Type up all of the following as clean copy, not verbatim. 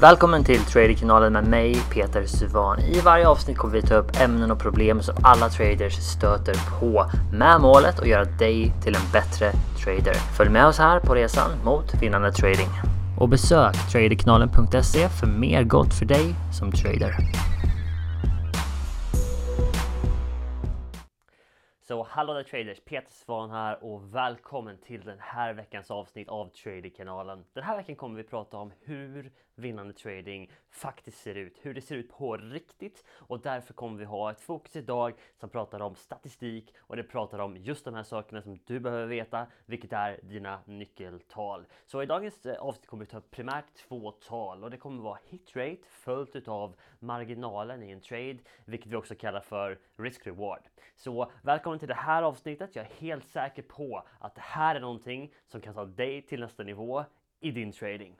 Välkommen till Traderkanalen med mig, Peter Suvan. I varje avsnitt kommer vi ta upp ämnen och problem som alla traders stöter på med målet att göra dig till en bättre trader. Följ med oss här på resan mot vinnande trading. Och besök traderkanalen.se för mer gott för dig som trader. Så hallå där traders, Peter Svan här och välkommen till den här veckans avsnitt av Traderkanalen. Den här veckan kommer vi prata om hur vinnande trading faktiskt ser ut, hur det ser ut på riktigt, och därför kommer vi ha ett fokus idag som pratar om statistik, och det pratar om just de här sakerna som du behöver veta, vilket är dina nyckeltal. Så i dagens avsnitt kommer vi ta upp primärt två tal, och det kommer vara hitrate följt utav marginalen i en trade, vilket vi också kallar för risk reward. Så välkommen till det här avsnittet. Jag är helt säker på att det här är någonting som kan ta dig till nästa nivå i din trading.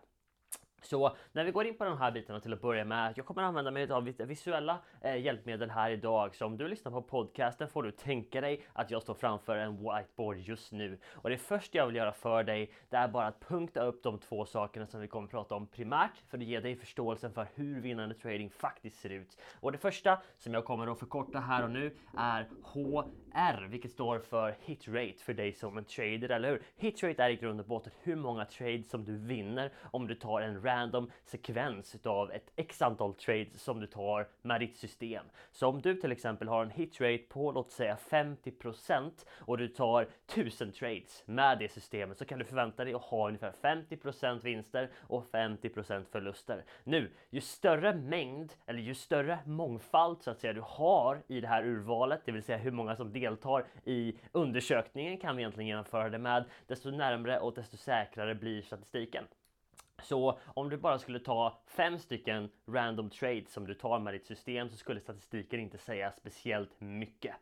Så när vi går in på de här bitarna till att börja med, jag kommer använda mig av visuella hjälpmedel här idag. Så om du lyssnar på podcasten får du tänka dig att jag står framför en whiteboard just nu. Och det första jag vill göra för dig, det är bara att punkta upp de två sakerna som vi kommer att prata om primärt, för att ge dig förståelsen för hur vinnande trading faktiskt ser ut. Och det första som jag kommer att förkorta här och nu är HR, vilket står för hit rate för dig som en trader, eller hur? Hit rate är i grund och botten hur många trades som du vinner om du tar en random sekvens av ett x antal trades som du tar med ditt system. Så om du till exempel har en hit rate på låt säga 50% och du tar 1000 trades med det systemet, så kan du förvänta dig att ha ungefär 50% vinster och 50% förluster. Nu, ju större mängd eller ju större mångfald så att säga du har i det här urvalet, det vill säga hur många som deltar i undersökningen kan vi egentligen jämföra det med, desto närmare och desto säkrare blir statistiken. Så om du bara skulle ta 5 stycken random trades som du tar med ditt system, så skulle statistiken inte säga speciellt mycket.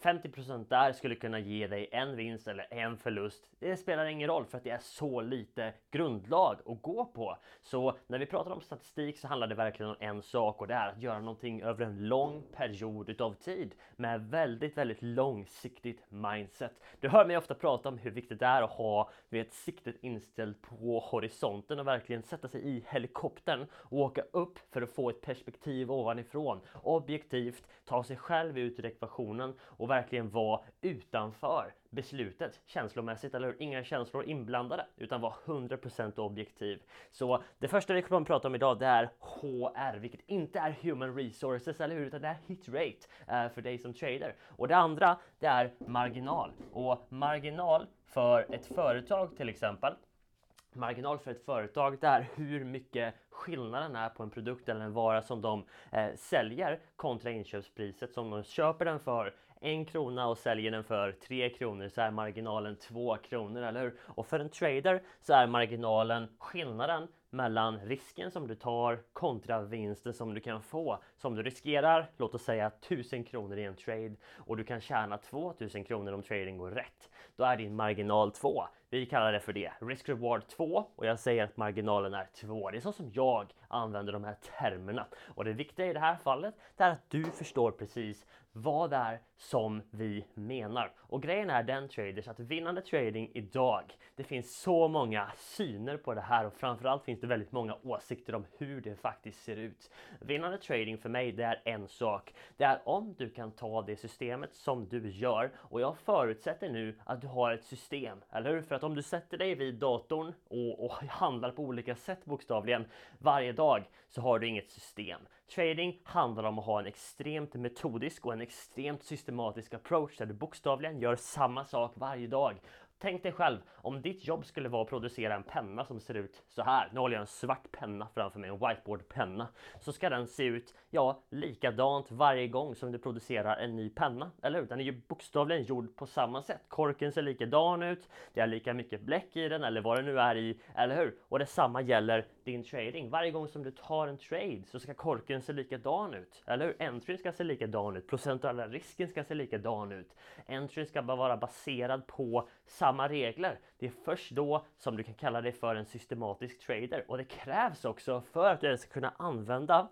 50% där skulle kunna ge dig en vinst eller en förlust. Det spelar ingen roll för att det är så lite grundlag att gå på. Så när vi pratar om statistik så handlar det verkligen om en sak, och det är att göra någonting över en lång period utav tid med väldigt långsiktigt mindset. Du hör mig ofta prata om hur viktigt det är att ha ett siktet inställt på horisonten och verkligen sätta sig i helikoptern och åka upp för att få ett perspektiv ovanifrån. Objektivt ta sig själv ut ur ekvationen och verkligen vara utanför beslutet känslomässigt, eller hur? Inga känslor inblandade, utan vara 100% objektiv. Så det första vi kommer att prata om idag, det är HR, vilket inte är human resources, eller hur? Utan det är hit rate för dig som trader. Och det andra, det är marginal. Och marginal för ett företag till exempel, marginal för ett företag, det är hur mycket skillnaden är på en produkt eller en vara som de säljer kontra inköpspriset. Som de köper den för 1 krona och säljer den för 3 kronor, så är marginalen 2 kronor, eller hur? Och för en trader så är marginalen skillnaden mellan risken som du tar kontra vinsten som du kan få. Så om du riskerar, låt oss säga 1000 kronor i en trade, och du kan tjäna 2000 kronor om trading går rätt, då är din marginal 2. Vi kallar det för det, risk reward 2, och jag säger att marginalen är 2. Det är så som jag använder de här termerna. Och det viktiga i det här fallet, det är att du förstår precis vad det är som vi menar. Och grejen är den, traders, att vinnande trading idag, det finns så många syner på det här, och framförallt finns det väldigt många åsikter om hur det faktiskt ser ut. Vinnande trading för mig, det är en sak. Det är om du kan ta det systemet som du gör, och jag förutsätter nu att du har ett system, eller hur? För att om du sätter dig vid datorn och handlar på olika sätt bokstavligen varje dag, så har du inget system. Trading handlar om att ha en extremt metodisk och en extremt systematisk approach där du bokstavligen gör samma sak varje dag. Tänk dig själv, om ditt jobb skulle vara att producera en penna som ser ut så här. Nu håller jag en svart penna framför mig, en whiteboard-penna. Så ska den se ut, likadant varje gång som du producerar en ny penna. Eller hur? Den är ju bokstavligen gjord på samma sätt. Korken ser likadan ut, det är lika mycket bläck i den, eller vad det nu är i, eller hur? Och detsamma gäller din trading. Varje gång som du tar en trade så ska korken se likadan ut. Eller hur? Entryn ska se likadan ut, procentuella risken ska se likadan ut. Entryn ska bara vara baserad på samma regler. Det är först då som du kan kalla dig för en systematisk trader, och det krävs också för att du ska kunna använda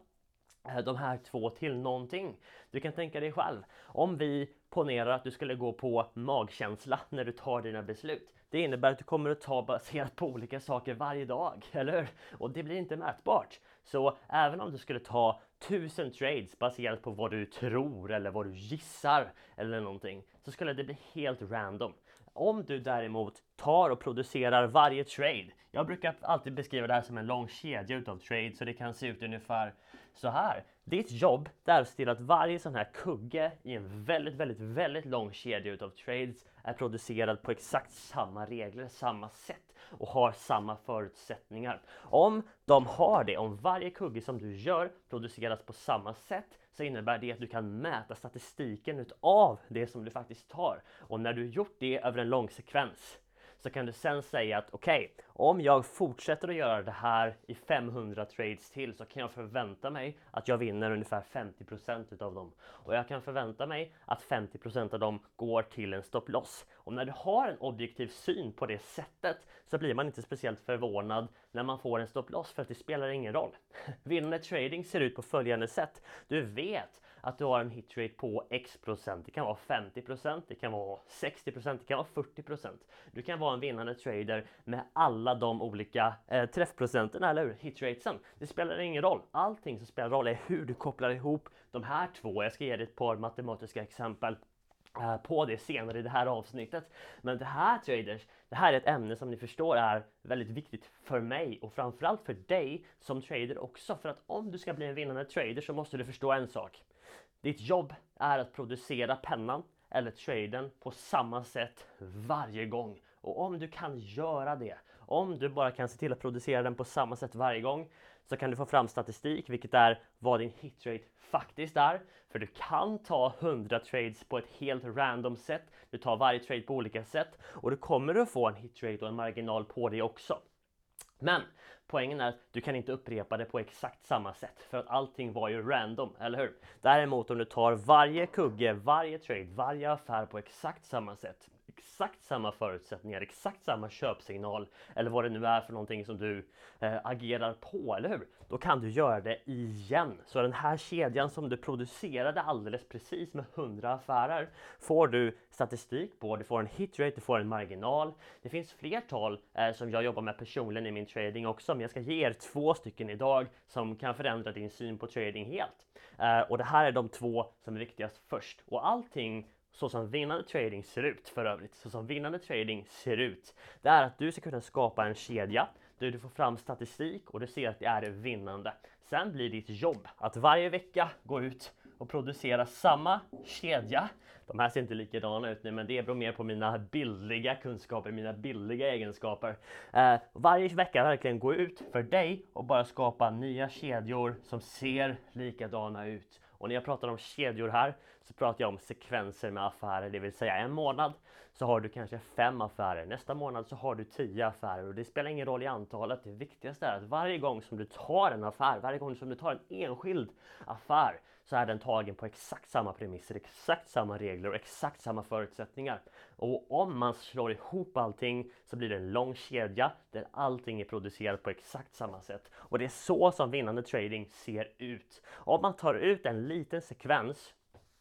de här två till någonting. Du kan tänka dig själv, om vi ponerar att du skulle gå på magkänsla när du tar dina beslut. Det innebär att du kommer att ta baserat på olika saker varje dag, eller hur? Och det blir inte mätbart. Så även om du skulle ta 1000 trades baserat på vad du tror eller vad du gissar eller någonting, så skulle det bli helt random. Om du däremot tar och producerar varje trade, jag brukar alltid beskriva det här som en lång kedja utav trades, så det kan se ut ungefär så här. Ditt jobb är att se till att varje sån här kugge i en väldigt lång kedja utav trades är producerad på exakt samma regler, samma sätt och har samma förutsättningar. Om de har det, om varje kugge som du gör produceras på samma sätt, så innebär det att du kan mäta statistiken utav det som du faktiskt tar. Och när du gjort det över en lång sekvens, så kan du sen säga att okej, om jag fortsätter att göra det här i 500 trades till, så kan jag förvänta mig att jag vinner ungefär 50% utav dem. Och jag kan förvänta mig att 50% av dem går till en stop loss. Och när du har en objektiv syn på det sättet, så blir man inte speciellt förvånad när man får en stop loss, för att det spelar ingen roll. Vinnande trading ser ut på följande sätt. Du vet att du har en hitrate på x%. Det kan vara 50%, det kan vara 60%, det kan vara 40%. Du kan vara en vinnande trader med alla de olika träffprocenten, eller hur? Hitratesen. Det spelar ingen roll. Allting som spelar roll är hur du kopplar ihop de här två. Jag ska ge dig ett par matematiska exempel på det senare i det här avsnittet. Men det här traders, det här är ett ämne som ni förstår är väldigt viktigt för mig och framförallt för dig som trader också. För att om du ska bli en vinnande trader, så måste du förstå en sak. Ditt jobb är att producera pennan eller traden på samma sätt varje gång. Och om du kan göra det, om du bara kan se till att producera den på samma sätt varje gång, så kan du få fram statistik, vilket är vad din hitrate faktiskt är. För du kan ta 100 trades på ett helt random sätt. Du tar varje trade på olika sätt och du kommer att få en hitrate och en marginal på det också. Men poängen är att du kan inte upprepa det på exakt samma sätt, för att allting var ju random, eller hur? Däremot om du tar varje kugge, varje trade, varje affär på exakt samma sätt, exakt samma förutsättningar, exakt samma köpsignal eller vad det nu är för någonting som du agerar på, eller hur? Då kan du göra det igen. Så den här kedjan som du producerade alldeles precis med 100 affärer får du statistik på, du får en hitrate, du får en marginal. Det finns flertal som jag jobbar med personligen i min trading också, men jag ska ge er 2 stycken idag som kan förändra din syn på trading helt. Och det här är de 2 som är viktigast först. Och allting så som vinnande trading ser ut för övrigt, så som vinnande trading ser ut, det är att du ska kunna skapa en kedja där du får fram statistik och du ser att det är vinnande. Sen blir ditt jobb att varje vecka gå ut och producera samma kedja. De här ser inte likadana ut nu, men det beror mer på mina bildliga kunskaper, mina bildliga egenskaper. Varje vecka verkligen gå ut för dig och bara skapa nya kedjor som ser likadana ut. Och när jag pratar om kedjor här, så pratar jag om sekvenser med affärer, det vill säga en månad så har du kanske 5 affärer, nästa månad så har du 10 affärer, och det spelar ingen roll i antalet. Det viktigaste är att varje gång som du tar en affär, varje gång som du tar en enskild affär, så är den tagen på exakt samma premisser, exakt samma regler och exakt samma förutsättningar. Och om man slår ihop allting så blir det en lång kedja där allting är producerat på exakt samma sätt. Och det är så som vinnande trading ser ut. Om man tar ut en liten sekvens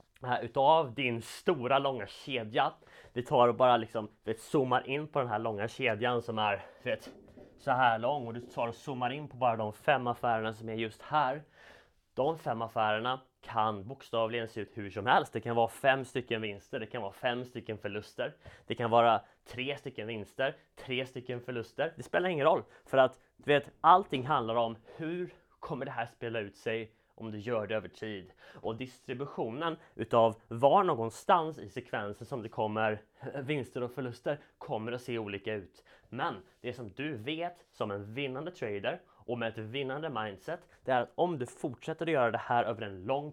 utav din stora långa kedja, vi tar och bara liksom zoomar in på den här långa kedjan som är så här lång, och du tar och zoomar in på bara de 5 affärerna som är just här. De 5 affärerna kan bokstavligen se ut hur som helst. Det kan vara 5 stycken vinster, det kan vara 5 stycken förluster. Det kan vara 3 stycken vinster, 3 stycken förluster. Det spelar ingen roll, för att allting handlar om hur kommer det här spela ut sig om du gör det över tid. Och distributionen utav var någonstans i sekvensen som det kommer vinster och förluster kommer att se olika ut. Men det som du vet som en vinnande trader och med ett vinnande mindset, det är att om du fortsätter att göra det här över en lång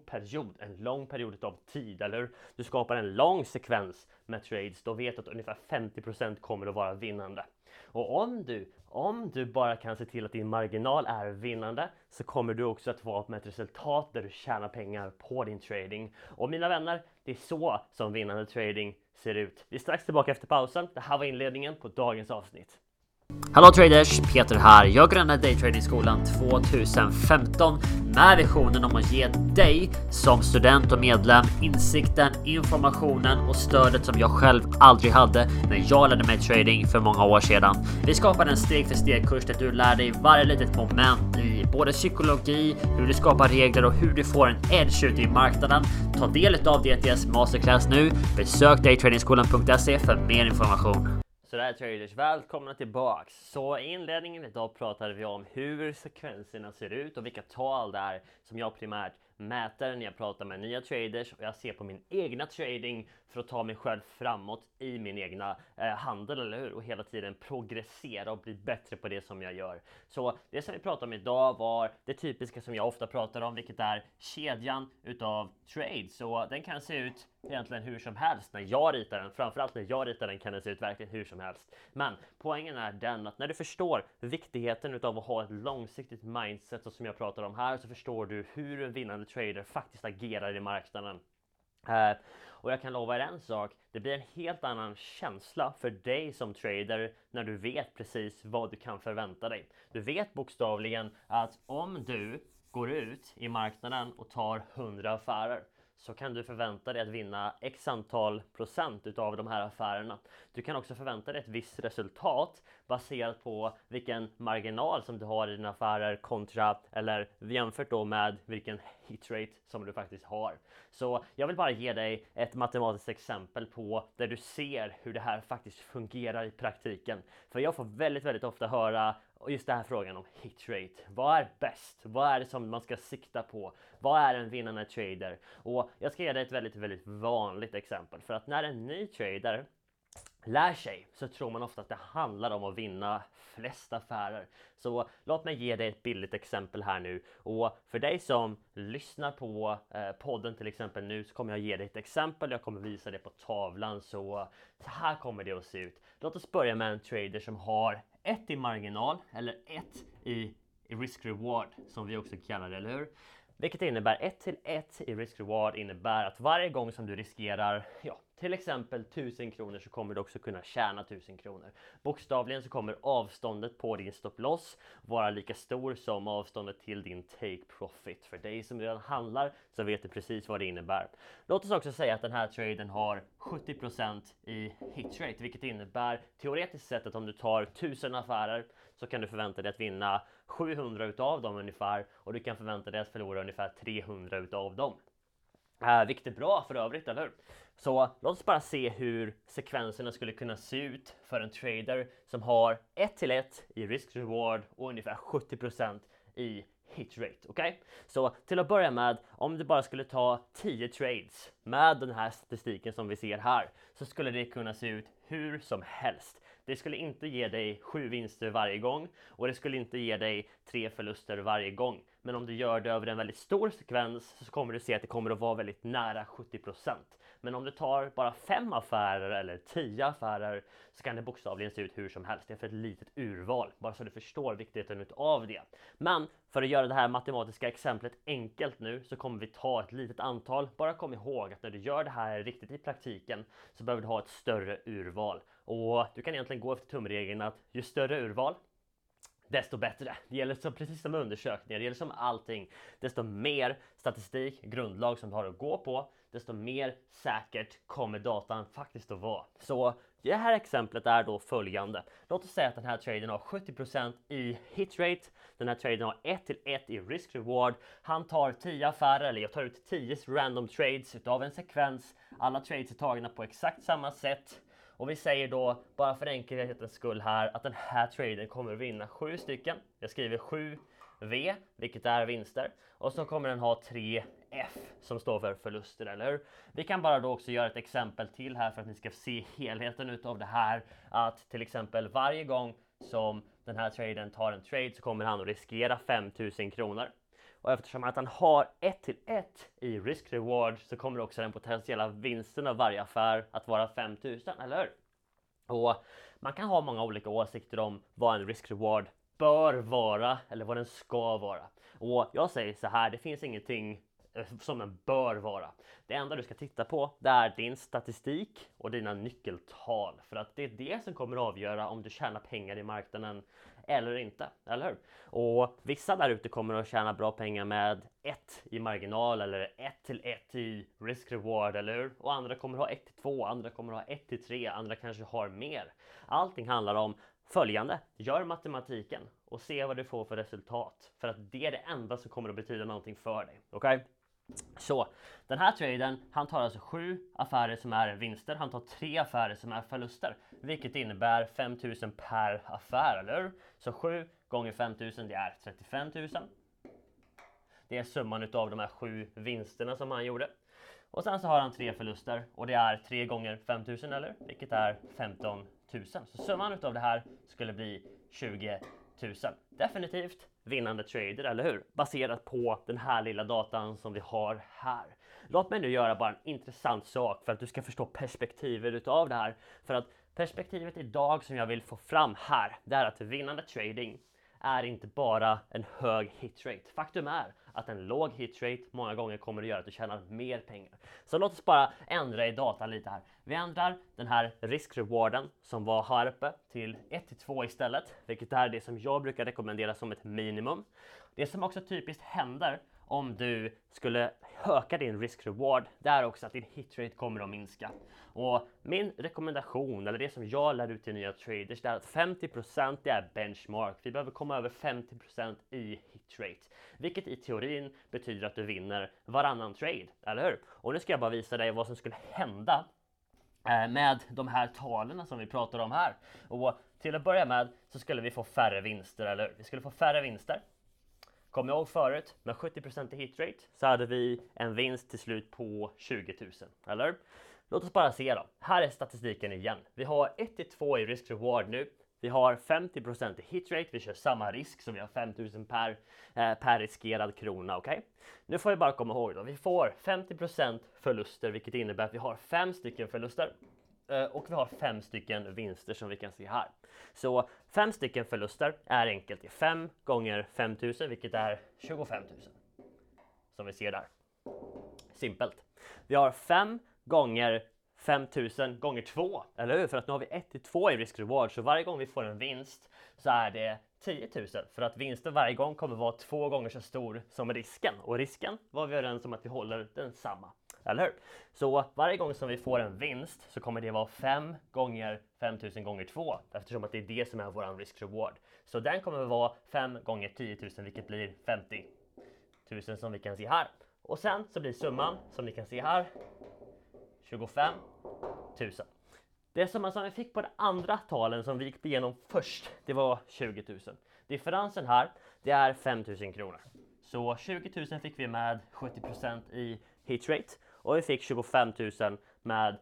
period av tid, eller du skapar en lång sekvens med trades, då vet du att ungefär 50% kommer att vara vinnande. Och om du bara kan se till att din marginal är vinnande, så kommer du också att vara med ett resultat där du tjänar pengar på din trading. Och mina vänner, det är så som vinnande trading ser ut. Vi är strax tillbaka efter pausen. Det här var inledningen på dagens avsnitt. Hallå traders, Peter här. Jag grundade Daytrading-skolan 2015 med visionen om att ge dig som student och medlem insikten, informationen och stödet som jag själv aldrig hade när jag lärde mig trading för många år sedan. Vi skapade en steg för steg kurs där du lär dig varje litet moment i både psykologi, hur du skapar regler och hur du får en edge ut i marknaden. Ta del av DTS Masterclass nu. Besök daytradingskolan.se för mer information. Så där traders, välkomna tillbaks. Så i inledningen idag pratade vi om hur sekvenserna ser ut och vilka tal det är som jag primärt mäter när jag pratar med nya traders och jag ser på min egna trading för att ta mig själv framåt i min egna handel, eller hur? Och hela tiden progressera och bli bättre på det som jag gör. Så det som vi pratade om idag var det typiska som jag ofta pratar om, vilket är kedjan utav trades. Så den kan se ut egentligen hur som helst när jag ritar den. Framförallt när jag ritar den kan den se ut verkligen hur som helst. Men poängen är den att när du förstår viktigheten utav att ha ett långsiktigt mindset, så som jag pratar om här, så förstår du hur en vinnande trader faktiskt agerar i marknaden. Och jag kan lova er en sak, det blir en helt annan känsla för dig som trader när du vet precis vad du kan förvänta dig. Du vet bokstavligen att om du går ut i marknaden och tar 100 affärer, så kan du förvänta dig att vinna x antal procent utav de här affärerna. Du kan också förvänta dig ett visst resultat baserat på vilken marginal som du har i dina affärer kontra, eller jämfört då med vilken hitrate som du faktiskt har. Så jag vill bara ge dig ett matematiskt exempel på där du ser hur det här faktiskt fungerar i praktiken. För jag får väldigt ofta höra just den här frågan om hitrate. Vad är bäst? Vad är det som man ska sikta på? Vad är en vinnande trader? Och jag ska ge dig ett väldigt vanligt exempel. För att när en ny trader lär sig så tror man ofta att det handlar om att vinna flest affärer. Så låt mig ge dig ett billigt exempel här nu. Och för dig som lyssnar på podden till exempel nu, så kommer jag ge dig ett exempel. Jag kommer visa det på tavlan, så här kommer det att se ut. Låt oss börja med en trader som har 1 i marginal eller 1 i risk-reward som vi också kallar det, eller hur? Vilket innebär 1-1 i risk-reward innebär att varje gång som du riskerar till exempel 1000 kronor, så kommer du också kunna tjäna 1000 kronor. Bokstavligen så kommer avståndet på din stop-loss vara lika stor som avståndet till din take profit. För dig som redan handlar så vet du precis vad det innebär. Låt oss också säga att den här traden har 70% i hit rate, vilket innebär teoretiskt sett att om du tar 1000 affärer så kan du förvänta dig att vinna 700 utav dem ungefär, och du kan förvänta dig att förlora ungefär 300 utav dem. Vilket är bra för övrigt, eller hur? Så låt oss bara se hur sekvenserna skulle kunna se ut för en trader som har 1-1 i risk-reward och ungefär 70% i hit rate, okej? Så till att börja med, om du bara skulle ta 10 trades med den här statistiken som vi ser här, så skulle det kunna se ut hur som helst. Det skulle inte ge dig 7 vinster varje gång och det skulle inte ge dig 3 förluster varje gång. Men om du gör det över en väldigt stor sekvens så kommer du se att det kommer att vara väldigt nära 70%. Men om du tar bara 5 affärer eller 10 affärer så kan det bokstavligen se ut hur som helst. Det är för ett litet urval, bara så du förstår viktigheten av det. Men för att göra det här matematiska exemplet enkelt nu så kommer vi ta ett litet antal. Bara kom ihåg att när du gör det här riktigt i praktiken så behöver du ha ett större urval. Och du kan egentligen gå efter tumregeln att ju större urval, desto bättre. Det gäller så precis som undersökningar, det gäller som allting. Desto mer statistik, grundlag som du har att gå på, desto mer säkert kommer datan faktiskt att vara. Så det här exemplet är då följande. Låt oss säga att den här traden har 70% i hit rate. Den här traden har 1-1 i risk reward. Han tar 10 affärer, eller jag tar ut 10 random trades utav en sekvens. Alla trades är tagna på exakt samma sätt. Och vi säger då, bara för enkelhetens skull här, att den här traden kommer att vinna 7 stycken. Jag skriver 7V, vilket är vinster. Och så kommer den ha 3F som står för förluster, eller hur? Vi kan bara då också göra ett exempel till här för att ni ska se helheten utav det här. Att till exempel varje gång som den här traden tar en trade så kommer han att riskera 5000 kronor. Och eftersom att han har 1-1 i risk reward så kommer också den potentiella vinsten av varje affär att vara 5000, eller hur? Och man kan ha många olika åsikter om vad en risk reward bör vara eller vad den ska vara. Och jag säger så här, det finns ingenting som den bör vara. Det enda du ska titta på det är din statistik och dina nyckeltal. För att det är det som kommer att avgöra om du tjänar pengar i marknaden eller inte, eller hur? Och vissa där ute kommer att tjäna bra pengar med 1 i marginal eller 1-1 i risk reward, eller hur? Och andra kommer att ha 1-2, andra kommer att ha 1-3, andra kanske har mer. Allting handlar om följande: gör matematiken och se vad du får för resultat. För att det är det enda som kommer att betyda någonting för dig. Okej? Så den här tradern, han tar alltså 7 affärer som är vinster, han tar 3 affärer som är förluster, vilket innebär 5000 per affär, eller hur? Så 7 gånger 5000, det är 35 000. Det är summan utav de här 7 vinsterna som han gjorde. Och sen så har han 3 förluster och det är 3 gånger 5000, eller? Vilket är 15 000. Så summan utav det här skulle bli 20 000. Definitivt vinnande trader, eller hur? Baserat på den här lilla datan som vi har här. Låt mig nu göra bara en intressant sak för att du ska förstå perspektivet utav det här. För att perspektivet idag som jag vill få fram här, det är att vinnande trading är inte bara en hög hitrate. Faktum är att en låg hitrate många gånger kommer att göra att du tjänar mer pengar. Så låt oss bara ändra i datan lite här. Vi ändrar den här risk-rewarden som var här uppe till 1-2 istället. Vilket är det som jag brukar rekommendera som ett minimum. Det som också typiskt händer om du skulle öka din risk-reward, det är också att din hitrate kommer att minska. Och min rekommendation, eller det som jag lär ut till nya traders, det är att 50% det är benchmark. Vi behöver komma över 50% i hitrate. Vilket i teorin betyder att du vinner varannan trade, eller hur? Och nu ska jag bara visa dig vad som skulle hända med de här talen som vi pratar om här. Och till att börja med så skulle vi få färre vinster, eller hur? Vi skulle få färre vinster. Kom ihåg förut, med 70% i hitrate så hade vi en vinst till slut på 20 000, eller? Låt oss bara se då. Här är statistiken igen. Vi har 1-2 i risk-reward nu. Vi har 50% i hitrate. Vi kör samma risk som vi har 5000 per riskerad krona, okej? Nu får vi bara komma ihåg då. Vi får 50% förluster, vilket innebär att vi har 5 stycken förluster. Och vi har 5 stycken vinster som vi kan se här. Så 5 stycken förluster är enkelt i 5 gånger 5000, vilket är 25 000. Som vi ser där. Simpelt. Vi har 5 gånger 5000 gånger 2, eller hur? För att nu har vi 1-2 i risk-reward, så varje gång vi får en vinst så är det 10 000. För att vinsten varje gång kommer vara 2 gånger så stor som risken. Och risken var vi överens om att vi håller den samma. Eller hur? Så varje gång som vi får en vinst så kommer det vara 5 gånger 5000 gånger 2. Eftersom att det är det som är våran risk-reward. Så den kommer vara 5 gånger 10 000, vilket blir 50 000 som vi kan se här. Och sen så blir summan som ni kan se här 25 000. Det som vi fick på de andra talen som vi gick igenom först, det var 20 000. Differensen här, det är 5 000 kronor. Så 20 000 fick vi med 70% i hitrate. Och vi fick 25 000 med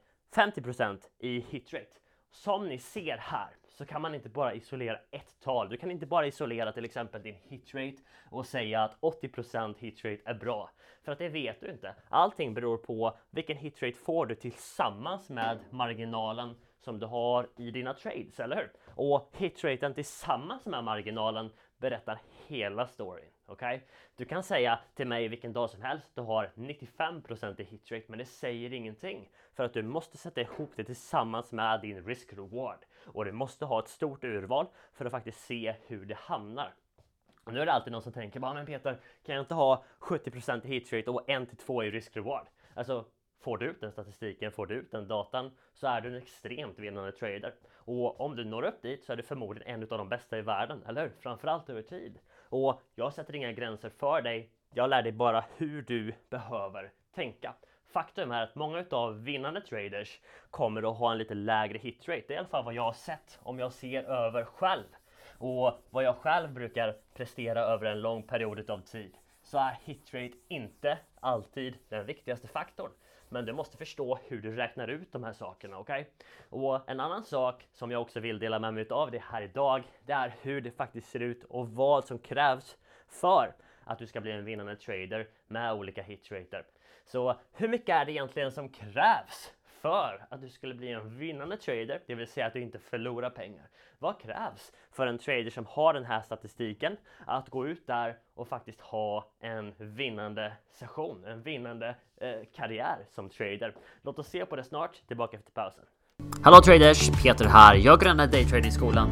50% i hitrate. Som ni ser här så kan man inte bara isolera ett tal. Du kan inte bara isolera till exempel din hitrate och säga att 80% hitrate är bra. För att det vet du inte. Allting beror på vilken hitrate får du tillsammans med marginalen som du har i dina trades, eller hur? Och hitraten tillsammans med marginalen berättar hela storyn. Okay? Du kan säga till mig vilken dag som helst du har 95% i hitrate, men det säger ingenting. För att du måste sätta ihop det tillsammans med din risk-reward. Och du måste ha ett stort urval för att faktiskt se hur det hamnar. Och nu är det alltid någon som tänker, men Peter, kan jag inte ha 70% i hitrate och 1-2 i risk-reward? Alltså, får du ut den statistiken, får du ut den datan, så är du en extremt vinnande trader. Och om du når upp dit så är du förmodligen en av de bästa i världen, eller hur? Framförallt över tid. Och jag sätter inga gränser för dig, jag lär dig bara hur du behöver tänka. Faktum är att många av vinnande traders kommer att ha en lite lägre hitrate. Det är i alla fall vad jag har sett om jag ser över själv. Och vad jag själv brukar prestera över en lång period av tid, så är hitrate inte alltid den viktigaste faktorn. Men du måste förstå hur du räknar ut de här sakerna, okej? Och en annan sak som jag också vill dela med mig av det här idag, det är hur det faktiskt ser ut och vad som krävs för att du ska bli en vinnande trader med olika hitrater. Så hur mycket är det egentligen som krävs för att du skulle bli en vinnande trader, det vill säga att du inte förlorar pengar? Vad krävs för en trader som har den här statistiken att gå ut där och faktiskt ha en vinnande session, en vinnande karriär som trader? Låt oss se på det snart, tillbaka efter pausen. Hallå traders, Peter här. Jag grundade Daytradingskolan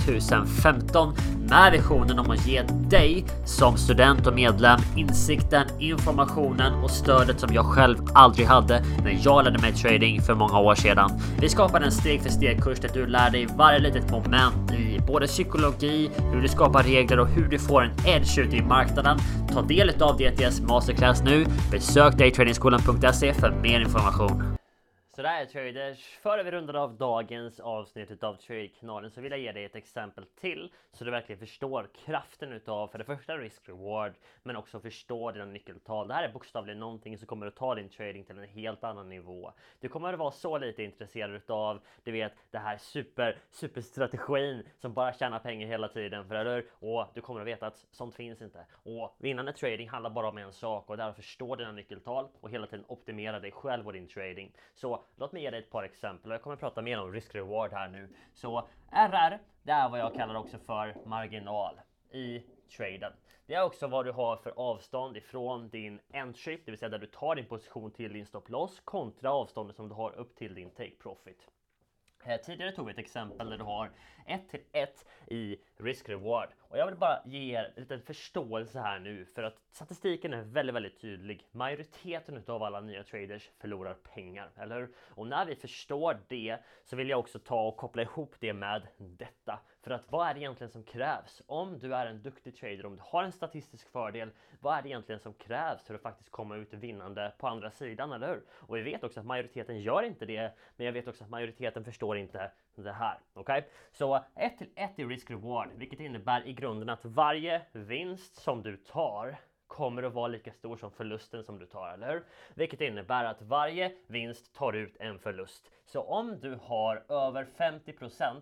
2015 med visionen om att ge dig som student och medlem insikten, informationen och stödet som jag själv aldrig hade när jag lärde mig trading för många år sedan. Vi skapade en steg för steg kurs där du lär dig varje litet moment i både psykologi, hur du skapar regler och hur du får en edge ut i marknaden. Ta del av DTS Masterclass nu. Besök daytradingskolan.se för mer information. Så där traders, före vi rundar av dagens avsnitt av Trade-kanalen så vill jag ge dig ett exempel till så du verkligen förstår kraften utav för det första risk-reward men också förstår dina nyckeltal. Det här är bokstavligen någonting som kommer att ta din trading till en helt annan nivå. Du kommer att vara så lite intresserad utav, du vet, det här superstrategin som bara tjänar pengar hela tiden, för eller? Och du kommer att veta att sånt finns inte. Och vinnande trading handlar bara om en sak, och det är att förstå dina nyckeltal och hela tiden optimera dig själv och din trading. Så låt mig ge dig ett par exempel och jag kommer att prata mer om risk-reward här nu. Så RR, det är vad jag kallar också för marginal i traden. Det är också vad du har för avstånd ifrån din entry, det vill säga där du tar din position till din stop loss kontra avståndet som du har upp till din take profit. Tidigare tog vi ett exempel där du har 1-1 i risk-reward. Och jag vill bara ge er lite förståelse här nu, för att statistiken är väldigt tydlig. Majoriteten av alla nya traders förlorar pengar, eller hur? Och när vi förstår det så vill jag också ta och koppla ihop det med detta. För att vad är det egentligen som krävs? Om du är en duktig trader, om du har en statistisk fördel, vad är det egentligen som krävs för att faktiskt komma ut vinnande på andra sidan, eller hur? Och vi vet också att majoriteten gör inte det, men jag vet också att majoriteten förstår inte det här. Okej? Så 1-1 i risk-reward, vilket innebär i grunden att varje vinst som du tar kommer att vara lika stor som förlusten som du tar, eller hur? Vilket innebär att varje vinst tar ut en förlust. Så om du har över 50%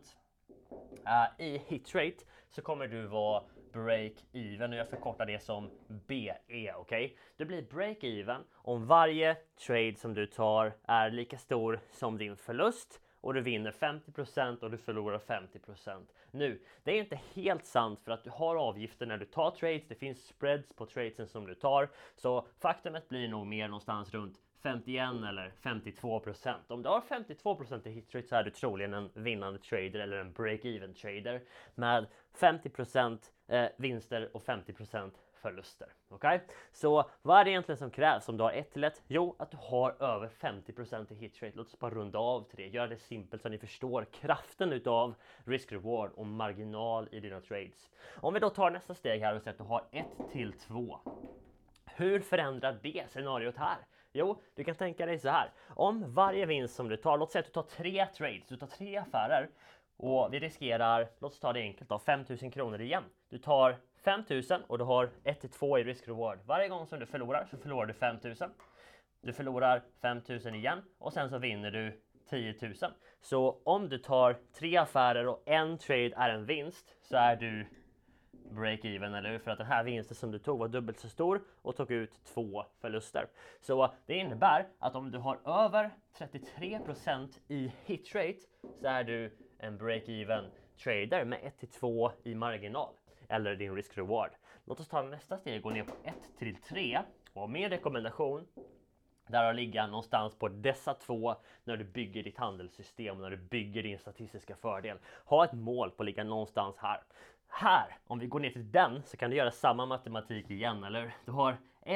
i hit rate så kommer du vara break even, och jag förkortar det som BE, okej? Du blir break even om varje trade som du tar är lika stor som din förlust och du vinner 50% och du förlorar 50%. Nu, det är inte helt sant, för att du har avgifter när du tar trades, det finns spreads på tradesen som du tar, så faktumet blir nog mer någonstans runt 51 eller 52%. Om du har 52% i hitrate så är du troligen en vinnande trader eller en break-even trader med 50% vinster och 50% förluster. Okej? Så vad är det egentligen som krävs om du har 1-1? Jo, att du har över 50% i hitrate. Låt oss bara runda av till det. Gör det simpelt så ni förstår kraften utav risk-reward och marginal i dina trades. Om vi då tar nästa steg här och säger att du har 1-2. Hur förändrar det scenariot här? Jo, du kan tänka dig så här. Om varje vinst som du tar, låt säga att du tar 3 trades, du tar 3 affärer och vi riskerar, låt oss ta det enkelt då, 5000 kronor igen. Du tar 5000 och du har 1-2 i risk-reward. Varje gång som du förlorar så förlorar du 5000. Du förlorar 5000 igen och sen så vinner du 10 000. Så om du tar 3 affärer och en trade är en vinst så är du break-even, eller hur? För att den här vinsten som du tog var dubbelt så stor och tog ut 2 förluster. Så det innebär att om du har över 33% i hit rate så är du en break-even trader med 1-2 i marginal, eller din risk-reward. Låt oss ta nästa steg och gå ner på 1-3, och min rekommendation där att ligga någonstans på dessa 2 när du bygger ditt handelssystem, när du bygger din statistiska fördel. Ha ett mål på att ligga någonstans här. Här, om vi går ner till den så kan du göra samma matematik igen, eller? Du har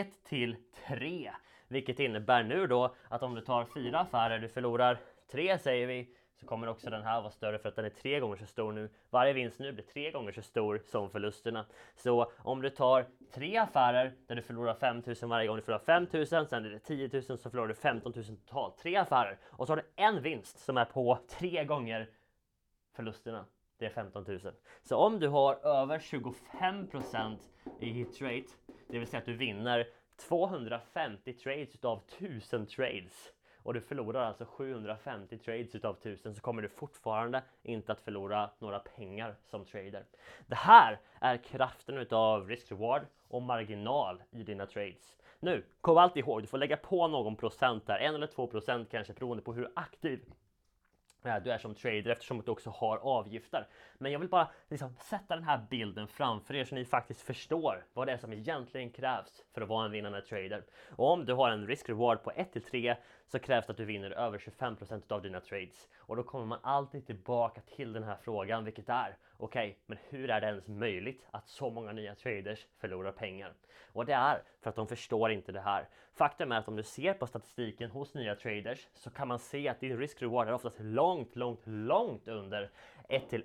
1-3, vilket innebär nu då att om du tar 4 affärer, du förlorar 3 säger vi, så kommer också den här vara större för att den är 3 gånger så stor nu. Varje vinst nu blir 3 gånger så stor som förlusterna. Så om du tar 3 affärer där du förlorar 5000 varje gång du förlorar 5000, sen är det 10 000 så förlorar du 15 000 totalt. 3 affärer och så har du en vinst som är på 3 gånger förlusterna. Det är 15 000. Så om du har över 25% i hit rate, det vill säga att du vinner 250 trades utav 1000 trades och du förlorar alltså 750 trades utav 1000, så kommer du fortfarande inte att förlora några pengar som trader. Det här är kraften utav risk-reward och marginal i dina trades. Nu, kom alltid ihåg, du får lägga på någon procent där, 1 eller 2% kanske, beroende på hur aktiv du är som trader, eftersom du också har avgifter. Men jag vill bara sätta den här bilden framför er så ni faktiskt förstår vad det är som egentligen krävs för att vara en vinnande trader. Och om du har en risk-reward på 1-3 så krävs det att du vinner över 25% av dina trades. Och då kommer man alltid tillbaka till den här frågan, vilket är okej, men hur är det ens möjligt att så många nya traders förlorar pengar? Och det är för att de förstår inte det här. Faktum är att om du ser på statistiken hos nya traders så kan man se att din risk-reward är oftast långt under 1-1.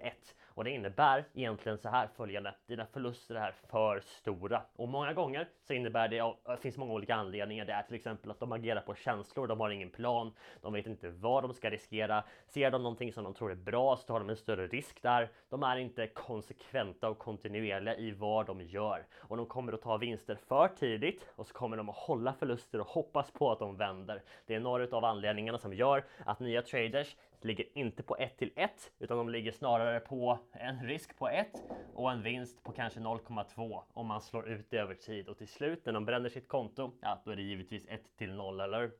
Och det innebär egentligen så här följande: dina förluster är för stora. Och många gånger så innebär det finns många olika anledningar. Det är till exempel att de agerar på känslor, de har ingen plan, de vet inte vad de ska riskera. Ser de någonting som de tror är bra så tar de en större risk där. De är inte konsekventa och kontinuerliga i vad de gör. Och de kommer att ta vinster för tidigt och så kommer de att hålla förluster och hoppas på att de vänder. Det är några av anledningarna som gör att nya traders ligger inte på 1-1 utan de ligger snarare på en risk på 1 och en vinst på kanske 0,2 om man slår ut det över tid. Och till slut när de bränner sitt konto, ja då är det givetvis 1-0 eller?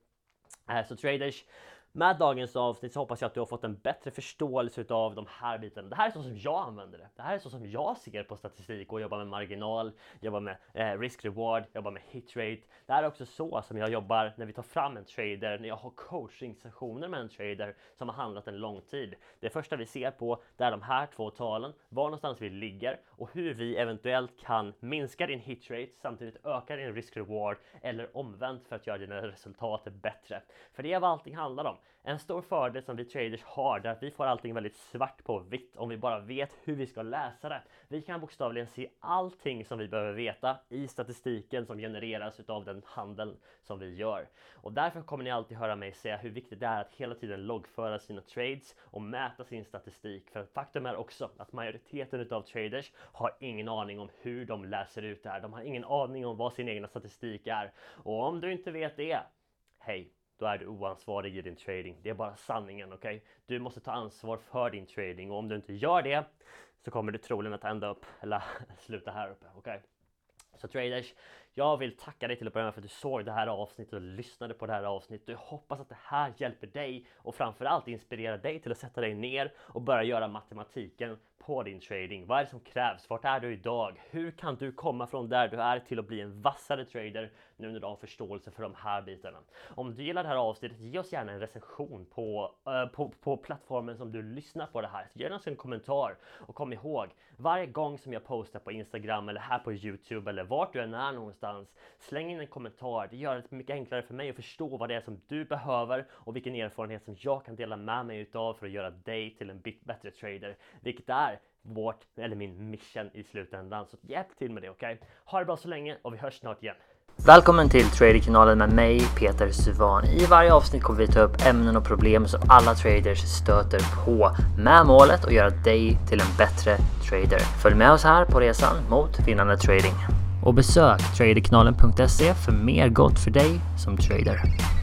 Så traders, med dagens avsnitt så hoppas jag att du har fått en bättre förståelse av de här bitarna. Det här är så som jag använder det. Det här är så som jag ser på statistik och jobbar med marginal, jobbar med risk-reward, jobbar med hit-rate. Det här är också så som jag jobbar när vi tar fram en trader, när jag har coaching-sessioner med en trader som har handlat en lång tid. Det första vi ser på det är de här två talen, var någonstans vi ligger och hur vi eventuellt kan minska din hit-rate samtidigt öka din risk-reward eller omvänt för att göra dina resultat bättre. För det är vad allting handlar om. En stor fördel som vi traders har är att vi får allting väldigt svart på vitt om vi bara vet hur vi ska läsa det. Vi kan bokstavligen se allting som vi behöver veta i statistiken som genereras av den handeln som vi gör. Och därför kommer ni alltid höra mig säga hur viktigt det är att hela tiden loggföra sina trades och mäta sin statistik. För faktum är också att majoriteten av traders har ingen aning om hur de läser ut det här. De har ingen aning om vad sin egna statistik är. Och om du inte vet det, hej, då är du oansvarig i din trading. Det är bara sanningen, okej? Du måste ta ansvar för din trading och om du inte gör det så kommer du troligen att ända upp eller sluta här uppe, okej? Så traders, jag vill tacka dig till att börja med för att du såg det här avsnittet och lyssnade på det här avsnittet. Jag hoppas att det här hjälper dig och framförallt inspirerar dig till att sätta dig ner och börja göra matematiken på din trading. Vad är det som krävs? Vart är du idag? Hur kan du komma från där du är till att bli en vassare trader nu när du har förståelse för de här bitarna? Om du gillar det här avsnittet, ge oss gärna en recension på plattformen som du lyssnar på det här. Ge oss en kommentar och kom ihåg, varje gång som jag postar på Instagram eller här på YouTube eller vart du än är någonstans, släng in en kommentar. Det gör det mycket enklare för mig att förstå vad det är som du behöver och vilken erfarenhet som jag kan dela med mig utav för att göra dig till en bättre trader. Vilket är min mission i slutändan. Så hjälp till med det, okej? Ha det bra så länge och vi hörs snart igen. Välkommen till Traderkanalen med mig, Peter Svan. I varje avsnitt kommer vi ta upp ämnen och problem som alla traders stöter på med målet att göra dig till en bättre trader. Följ med oss här på resan mot vinnande trading. Och besök traderkanalen.se för mer gott för dig som trader.